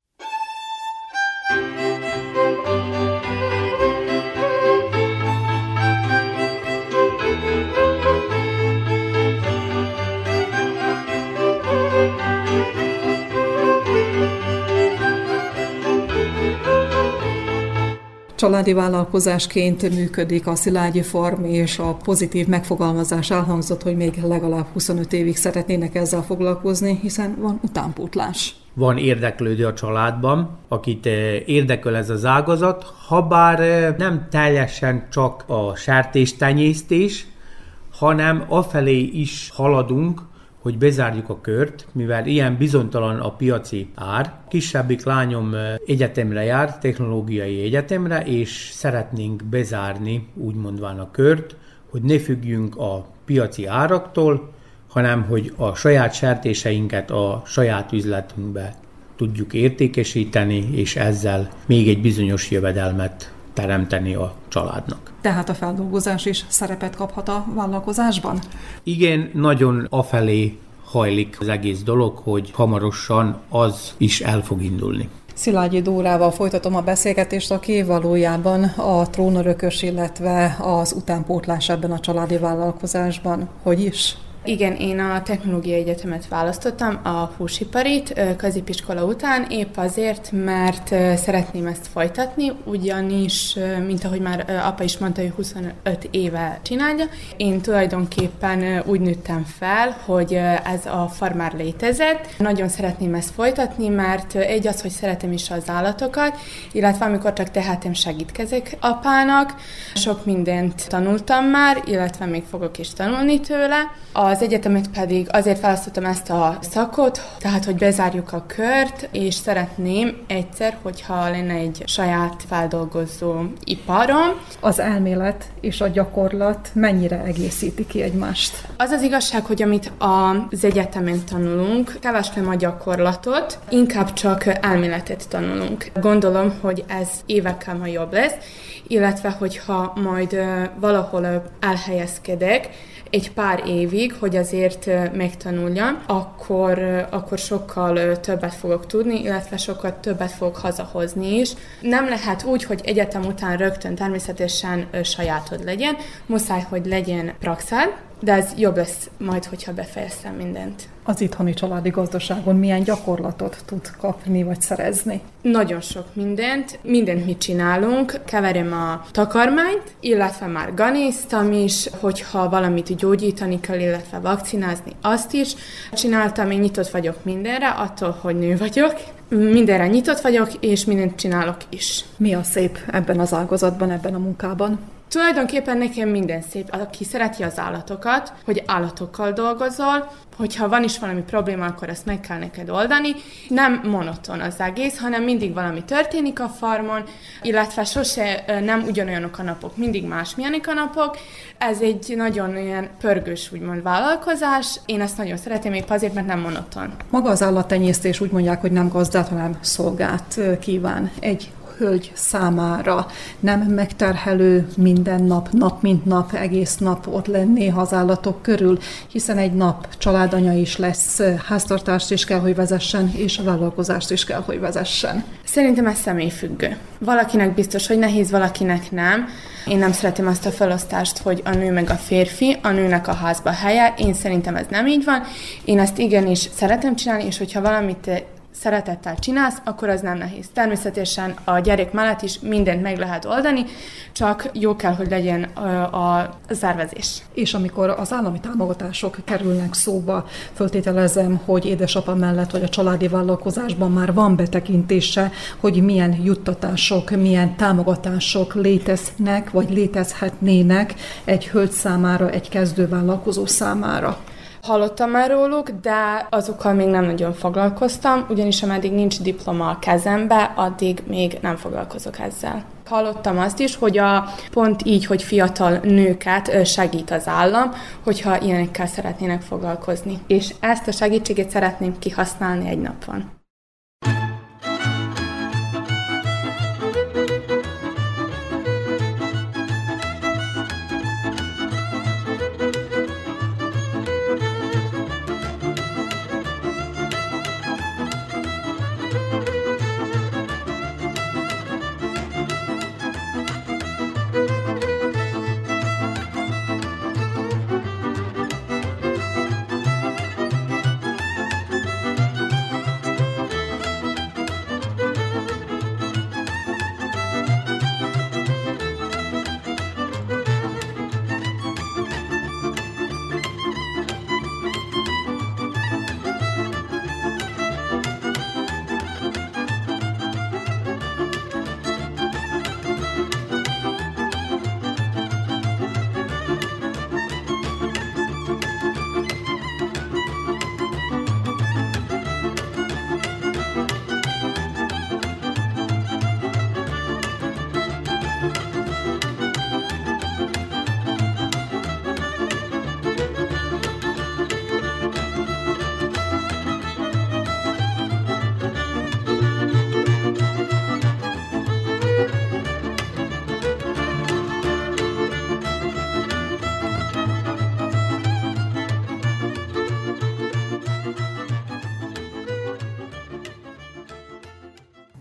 Családi vállalkozásként működik a Szilágyi Farm, és a pozitív megfogalmazás elhangzott, hogy még legalább huszonöt évig szeretnének ezzel foglalkozni, hiszen van utánpótlás. Van érdeklődő a családban, akit érdekel ez az ágazat, habár nem teljesen csak a sertéstenyésztés, hanem afelé is haladunk, hogy bezárjuk a kört, mivel ilyen bizonytalan a piaci ár. Kisebbik lányom egyetemre jár, technológiai egyetemre, és szeretnénk bezárni, úgy mondván a kört, hogy ne függjünk a piaci áraktól, hanem hogy a saját sertéseinket a saját üzletünkbe tudjuk értékesíteni, és ezzel még egy bizonyos jövedelmet teremteni a családnak. Tehát a feldolgozás is szerepet kaphat a vállalkozásban? Igen, nagyon afelé hajlik az egész dolog, hogy hamarosan az is el fog indulni. Szilágyi Dórával folytatom a beszélgetést, aki valójában a trónörökös, illetve az utánpótlás ebben a családi vállalkozásban. Hogy is? Igen, én a Technológiai Egyetemet választottam, a húsiparit középiskola után, épp azért, mert szeretném ezt folytatni, ugyanis, mint ahogy már apa is mondta, hogy huszonöt éve csinálja. Én tulajdonképpen úgy nőttem fel, hogy ez a farm már létezett. Nagyon szeretném ezt folytatni, mert egy az, hogy szeretem is az állatokat, illetve amikor csak tehetem, segítkezek apának. Sok mindent tanultam már, illetve még fogok is tanulni tőle. Az egyetemet pedig azért választottam ezt a szakot, tehát, hogy bezárjuk a kört, és szeretném egyszer, hogyha lenne egy saját feldolgozó iparom. Az elmélet és a gyakorlat mennyire egészíti ki egymást? Az az igazság, hogy amit az egyetemen tanulunk, kevesebb a gyakorlatot, inkább csak elméletet tanulunk. Gondolom, hogy ez évekkel majd jobb lesz, illetve hogyha majd valahol elhelyezkedek, egy pár évig, hogy azért megtanuljam, akkor, akkor sokkal többet fogok tudni, illetve sokkal többet fogok hazahozni is. Nem lehet úgy, hogy egyetem után rögtön természetesen sajátod legyen, muszáj, hogy legyen praxád, de ez jobb lesz majd, hogyha befejeztem mindent. Az itthoni családi gazdaságon milyen gyakorlatot tud kapni vagy szerezni? Nagyon sok mindent. Mindent mit csinálunk. Keverem a takarmányt, illetve már ganéztam is, hogyha valamit gyógyítani kell, illetve vakcinázni, azt is csináltam. Én nyitott vagyok mindenre, attól, hogy nő vagyok. Mindenre nyitott vagyok, és mindent csinálok is. Mi a szép ebben az ágazatban, ebben a munkában? Tulajdonképpen nekem minden szép, aki szereti az állatokat, hogy állatokkal dolgozol, hogyha van is valami probléma, akkor ezt meg kell neked oldani. Nem monoton az egész, hanem mindig valami történik a farmon, illetve sose nem ugyanolyanok a napok, mindig másmilyenek a napok. Ez egy nagyon ilyen pörgős, úgymond vállalkozás. Én ezt nagyon szeretem, épp azért, mert nem monoton. Maga az állattenyésztés úgy mondják, hogy nem gazdát, hanem szolgát kíván egy hölgy számára. Nem megterhelő minden nap, nap mint nap, egész nap ott lenni az állatok körül, hiszen egy nap családanya is lesz, háztartást is kell, hogy vezessen, és vállalkozást is kell, hogy vezessen. Szerintem ez személyfüggő. Valakinek biztos, hogy nehéz, valakinek nem. Én nem szeretem azt a felosztást, hogy a nő meg a férfi, a nőnek a házba helye. Én szerintem ez nem így van. Én ezt igenis szeretem csinálni, és hogyha valamit szeretettel csinálsz, akkor az nem nehéz. Természetesen a gyerek mellett is mindent meg lehet oldani, csak jó kell, hogy legyen a szervezés. És amikor az állami támogatások kerülnek szóba, föltételezem, hogy édesapa mellett vagy a családi vállalkozásban már van betekintése, hogy milyen juttatások, milyen támogatások léteznek, vagy létezhetnének egy hölgy számára, egy kezdővállalkozó számára. Hallottam már róluk, de azokkal még nem nagyon foglalkoztam, ugyanis ameddig nincs diploma a kezembe, addig még nem foglalkozok ezzel. Hallottam azt is, hogy a pont így, hogy fiatal nőket segít az állam, hogyha ilyenekkel szeretnének foglalkozni. És ezt a segítséget szeretném kihasználni egy napon.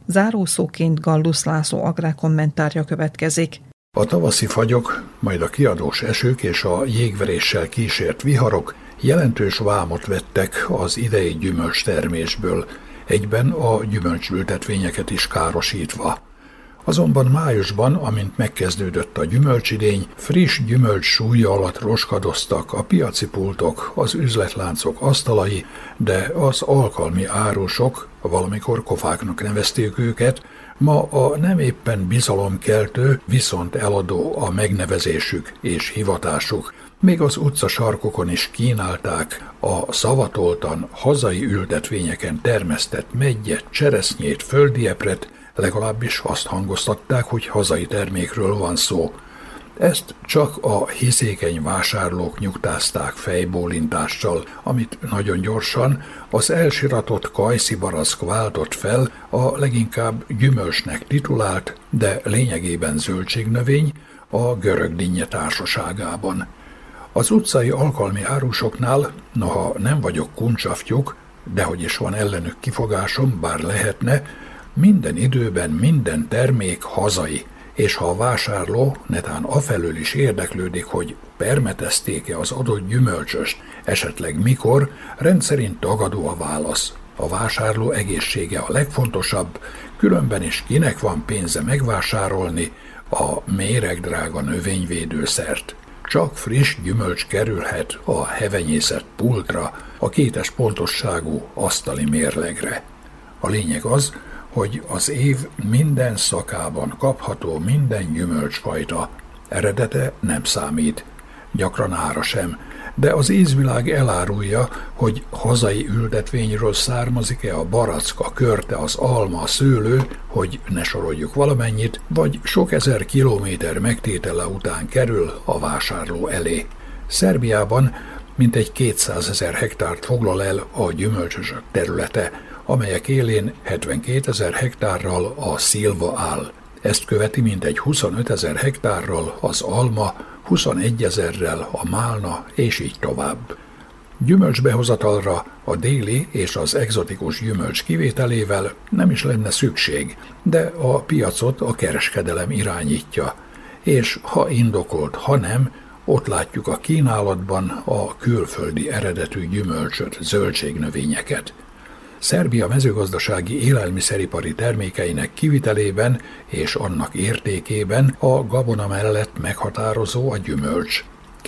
Zárószóként Gallusz László agrárkommentárja következik. A tavaszi fagyok, majd a kiadós esők és a jégveréssel kísért viharok jelentős vámot vettek az idei gyümölcstermésből, egyben a gyümölcsültetvényeket is károsítva. Azonban májusban, amint megkezdődött a gyümölcsidény, friss gyümölcs súlya alatt roskadoztak a piaci pultok, az üzletláncok asztalai, de az alkalmi árusok, valamikor kofáknak nevezték őket, ma a nem éppen bizalomkeltő, viszont eladó a megnevezésük és hivatásuk. Még az utcasarkokon is kínálták a szavatoltan hazai ültetvényeken termesztett meggyet, cseresznyét, földiepret, legalábbis azt hangoztatták, hogy hazai termékről van szó. Ezt csak a hiszékeny vásárlók nyugtázták fejbólintással, amit nagyon gyorsan az elsiratott kajszibarack váltott fel a leginkább gyümölcsnek titulált, de lényegében zöldségnövény a görög dinnye társaságában. Az utcai alkalmi árusoknál, noha nem vagyok kuncsaftjuk, dehogy is van ellenük kifogásom, bár lehetne, minden időben minden termék hazai, és ha a vásárló netán afelől is érdeklődik, hogy permetezték-e az adott gyümölcsöst, esetleg mikor, rendszerint tagadó a válasz. A vásárló egészsége a legfontosabb, különben is kinek van pénze megvásárolni a méregdrága növényvédőszert. Csak friss gyümölcs kerülhet a hevenyészet pultra, a kétes pontosságú asztali mérlegre. A lényeg az, hogy az év minden szakában kapható minden gyümölcsfajta. Eredete nem számít, gyakran ára sem, de az ízvilág elárulja, hogy hazai ültetvényről származik-e a barack, a körte, az alma, a szőlő, hogy ne soroljuk valamennyit, vagy sok ezer kilométer megtétele után kerül a vásárló elé. Szerbiában mintegy kétszázezer hektárt foglal el a gyümölcsösök területe, amelyek élén hetvenkétezer hektárral a szilva áll. Ezt követi mintegy huszonötezer hektárral az alma, huszonegyezerrel a málna, és így tovább. Gyümölcsbehozatalra a déli és az egzotikus gyümölcs kivételével nem is lenne szükség, de a piacot a kereskedelem irányítja, és ha indokolt, ha nem, ott látjuk a kínálatban a külföldi eredetű gyümölcsöt, zöldségnövényeket. Szerbia mezőgazdasági élelmiszeripari termékeinek kivitelében és annak értékében a gabona mellett meghatározó a gyümölcs.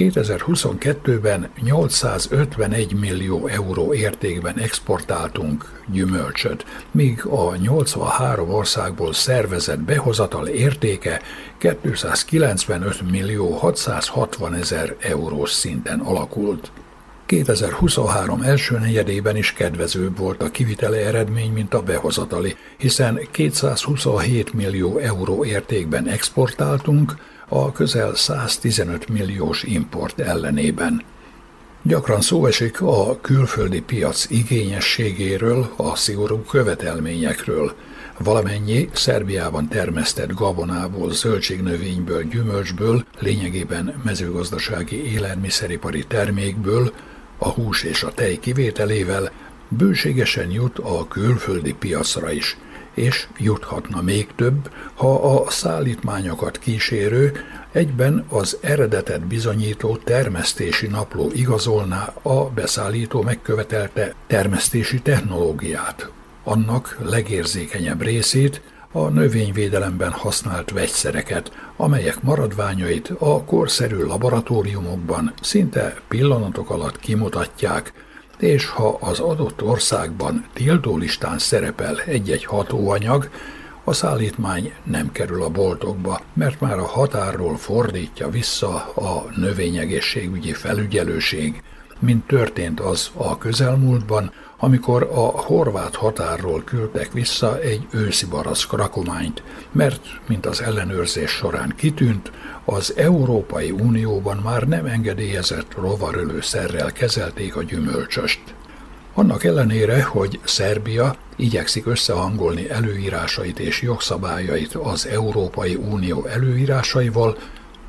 kétezer-huszonkettőben nyolcszázötvenegy millió euró értékben exportáltunk gyümölcsöt, míg a nyolcvanhárom országból szervezett behozatal értéke kétszázkilencvenöt millió hatszázhatvan ezer eurós szinten alakult. kétezer-huszonhárom első negyedében is kedvezőbb volt a kiviteli eredmény, mint a behozatali, hiszen kétszázhuszonhét millió euró értékben exportáltunk a közel száztizenöt milliós import ellenében. Gyakran szó esik a külföldi piac igényességéről, a szigorú követelményekről. Valamennyi Szerbiában termesztett gabonából, zöldségnövényből, gyümölcsből, lényegében mezőgazdasági élelmiszeripari termékből, a hús és a tej kivételével bőségesen jut a külföldi piacra is, és juthatna még több, ha a szállítmányokat kísérő, egyben az eredetet bizonyító termesztési napló igazolná a beszállító megkövetelte termesztési technológiát, annak legérzékenyebb részét, a növényvédelemben használt vegyszereket, amelyek maradványait a korszerű laboratóriumokban szinte pillanatok alatt kimutatják, és ha az adott országban tiltólistán szerepel egy-egy hatóanyag, a szállítmány nem kerül a boltokba, mert már a határról fordítja vissza a növényegészségügyi felügyelőség, mint történt az a közelmúltban, amikor a horvát határról küldtek vissza egy őszi barack rakományt, mert, mint az ellenőrzés során kitűnt, az Európai Unióban már nem engedélyezett rovarölőszerrel kezelték a gyümölcsöst. Annak ellenére, hogy Szerbia igyekszik összehangolni előírásait és jogszabályait az Európai Unió előírásaival,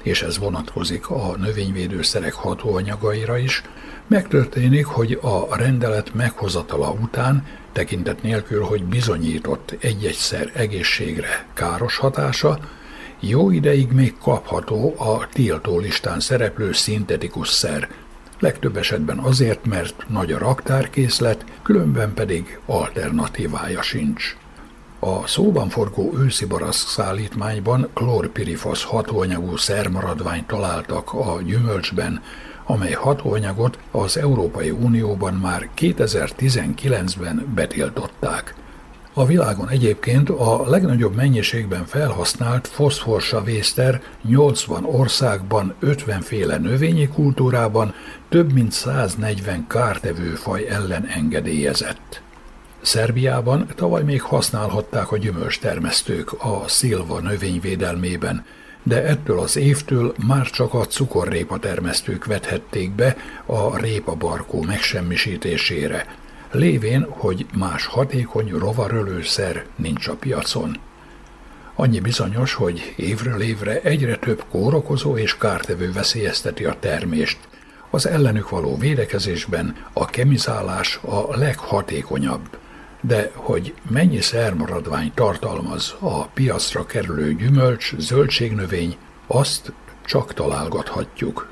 és ez vonatkozik a növényvédőszerek hatóanyagaira is, megtörténik, hogy a rendelet meghozatala után, tekintet nélkül, hogy bizonyított egy-egy szer egészségre káros hatása, jó ideig még kapható a tiltó listán szereplő szintetikus szer, legtöbb esetben azért, mert nagy a raktárkészlet, különben pedig alternatívája sincs. A szóban forgó őszi barack szállítmányban klórpirifosz hatóanyagú szermaradványt találtak a gyümölcsben, amely hatóanyagot az Európai Unióban már kétezer-tizenkilencben betiltották. A világon egyébként a legnagyobb mennyiségben felhasznált foszforsavészter nyolcvan országban, ötven féle növényi kultúrában több mint száznegyven kártevő faj ellen engedélyezett. Szerbiában tavaly még használhatták a gyümölcstermesztők a szilva növényvédelmében, de ettől az évtől már csak a cukorrépa termesztők vethették be a répabarkó megsemmisítésére, lévén, hogy más hatékony rovarölőszer nincs a piacon. Annyi bizonyos, hogy évről évre egyre több kórokozó és kártevő veszélyezteti a termést. Az ellenük való védekezésben a kemizálás a leghatékonyabb. De hogy mennyi szermaradvány tartalmaz a piacra kerülő gyümölcs, zöldségnövény, azt csak találgathatjuk.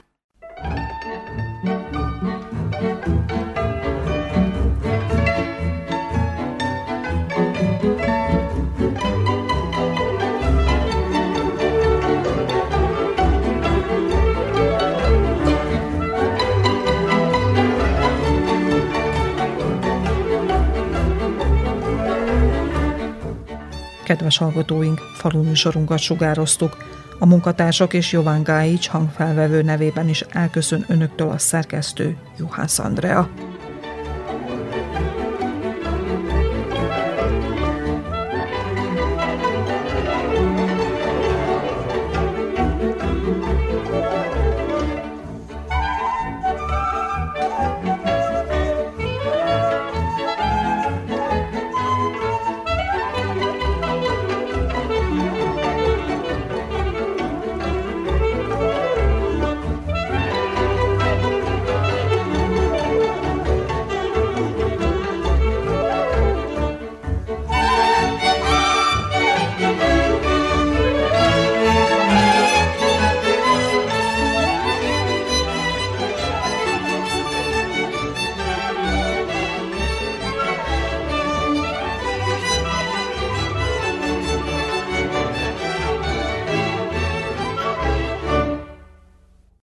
Kedves hallgatóink, faluműsorunkat sugároztuk. A munkatársak és Jován Gáics hangfelvevő nevében is elköszön önöktől a szerkesztő, Juhász Andrea.